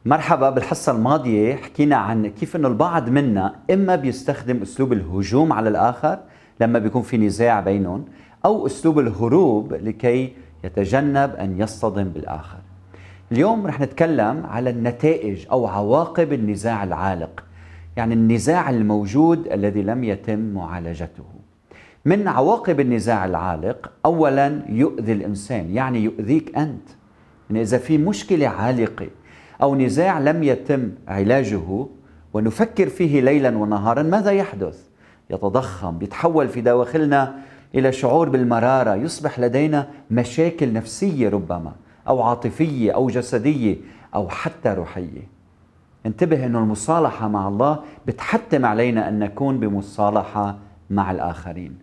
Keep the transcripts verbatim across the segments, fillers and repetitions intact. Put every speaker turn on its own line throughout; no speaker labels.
مرحبا. بالحصة الماضية حكينا عن كيف انه البعض منا اما بيستخدم اسلوب الهجوم على الاخر لما بيكون في نزاع بينهم، او اسلوب الهروب لكي يتجنب ان يصطدم بالاخر. اليوم رح نتكلم على النتائج او عواقب النزاع العالق، يعني النزاع الموجود الذي لم يتم معالجته. من عواقب النزاع العالق اولا يؤذي الانسان، يعني يؤذيك انت. يعني اذا في مشكلة عالقة أو نزاع لم يتم علاجه ونفكر فيه ليلا ونهارا، ماذا يحدث؟ يتضخم، يتحول في دواخلنا إلى شعور بالمرارة، يصبح لدينا مشاكل نفسية ربما أو عاطفية أو جسدية أو حتى روحية. انتبه أن المصالحة مع الله بتحتم علينا أن نكون بمصالحة مع الآخرين.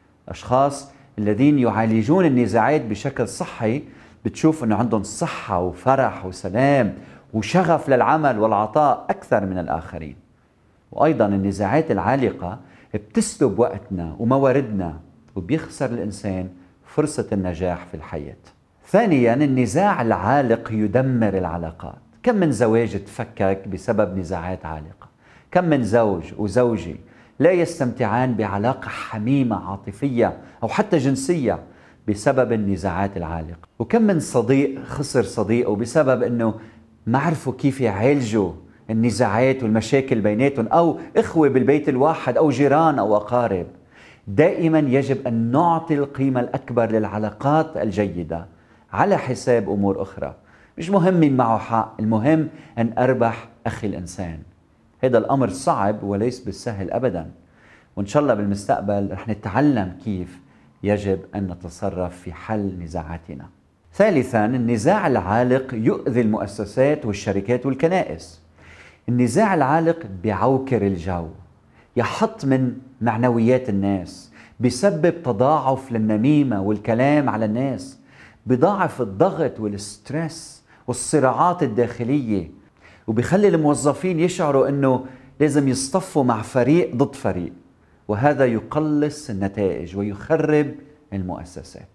أشخاص الذين يعالجون النزاعات بشكل صحي بتشوف أنه عندهم صحة وفرح وسلام وشغف للعمل والعطاء أكثر من الآخرين. وأيضا النزاعات العالقة بتسلب وقتنا ومواردنا، وبيخسر الإنسان فرصة النجاح في الحياة. ثانيا النزاع العالق يدمر العلاقات. كم من زواج تفكك بسبب نزاعات عالقة؟ كم من زوج وزوجة لا يستمتعان بعلاقة حميمة عاطفية أو حتى جنسية بسبب النزاعات العالقة؟ وكم من صديق خسر صديقه بسبب أنه ما عرفوا كيف يعالجوا النزاعات والمشاكل بيناتهم، أو إخوة بالبيت الواحد أو جيران أو أقارب. دائما يجب أن نعطي القيمة الأكبر للعلاقات الجيدة على حساب أمور أخرى. مش مهم مين معه حق، المهم أن أربح أخي الإنسان. هذا الأمر صعب وليس بالسهل أبدا، وإن شاء الله بالمستقبل رح نتعلم كيف يجب أن نتصرف في حل نزاعاتنا. ثالثاً النزاع العالق يؤذي المؤسسات والشركات والكنائس. النزاع العالق بيعوكر الجو، يحط من معنويات الناس، بيسبب تضاعف للنميمة والكلام على الناس، بيضاعف الضغط والستريس والصراعات الداخلية، وبيخلي الموظفين يشعروا أنه لازم يصطفوا مع فريق ضد فريق، وهذا يقلص النتائج ويخرب المؤسسات.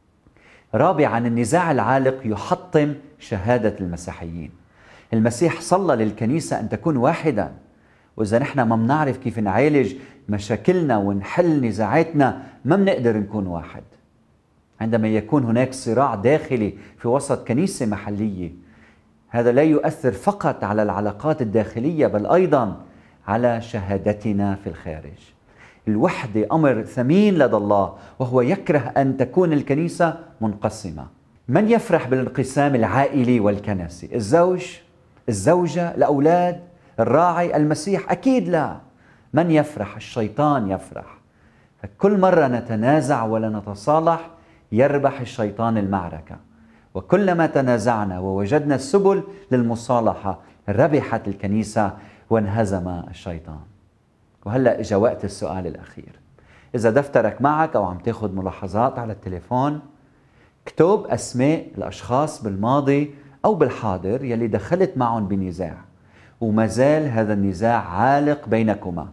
رابعاً النزاع العالق يحطم شهادة المسيحيين. المسيح صلى للكنيسة أن تكون واحداً، وإذا نحن ما بنعرف كيف نعالج مشاكلنا ونحل نزاعاتنا ما بنقدر نكون واحد. عندما يكون هناك صراع داخلي في وسط كنيسة محلية، هذا لا يؤثر فقط على العلاقات الداخلية بل أيضاً على شهادتنا في الخارج. الوحدة أمر ثمين لدى الله، وهو يكره أن تكون الكنيسة منقسمة. من يفرح بالانقسام العائلي والكنسي؟ الزوج؟ الزوجة؟ الأولاد؟ الراعي؟ المسيح؟ أكيد لا. من يفرح؟ الشيطان يفرح. فكل مرة نتنازع ولا نتصالح يربح الشيطان المعركة، وكلما تنازعنا ووجدنا السبل للمصالحة ربحت الكنيسة وانهزم الشيطان. وهلأ إجا وقت السؤال الأخير. إذا دفترك معك أو عم تاخد ملاحظات على التليفون، اكتب أسماء الأشخاص بالماضي أو بالحاضر يلي دخلت معهم بنزاع وما زال هذا النزاع عالق بينكما.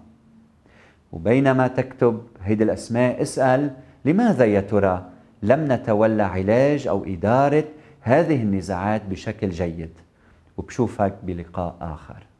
وبينما تكتب هيدي الأسماء اسأل: لماذا يا ترى لم نتولى علاج أو إدارة هذه النزاعات بشكل جيد؟ وبشوفك بلقاء آخر.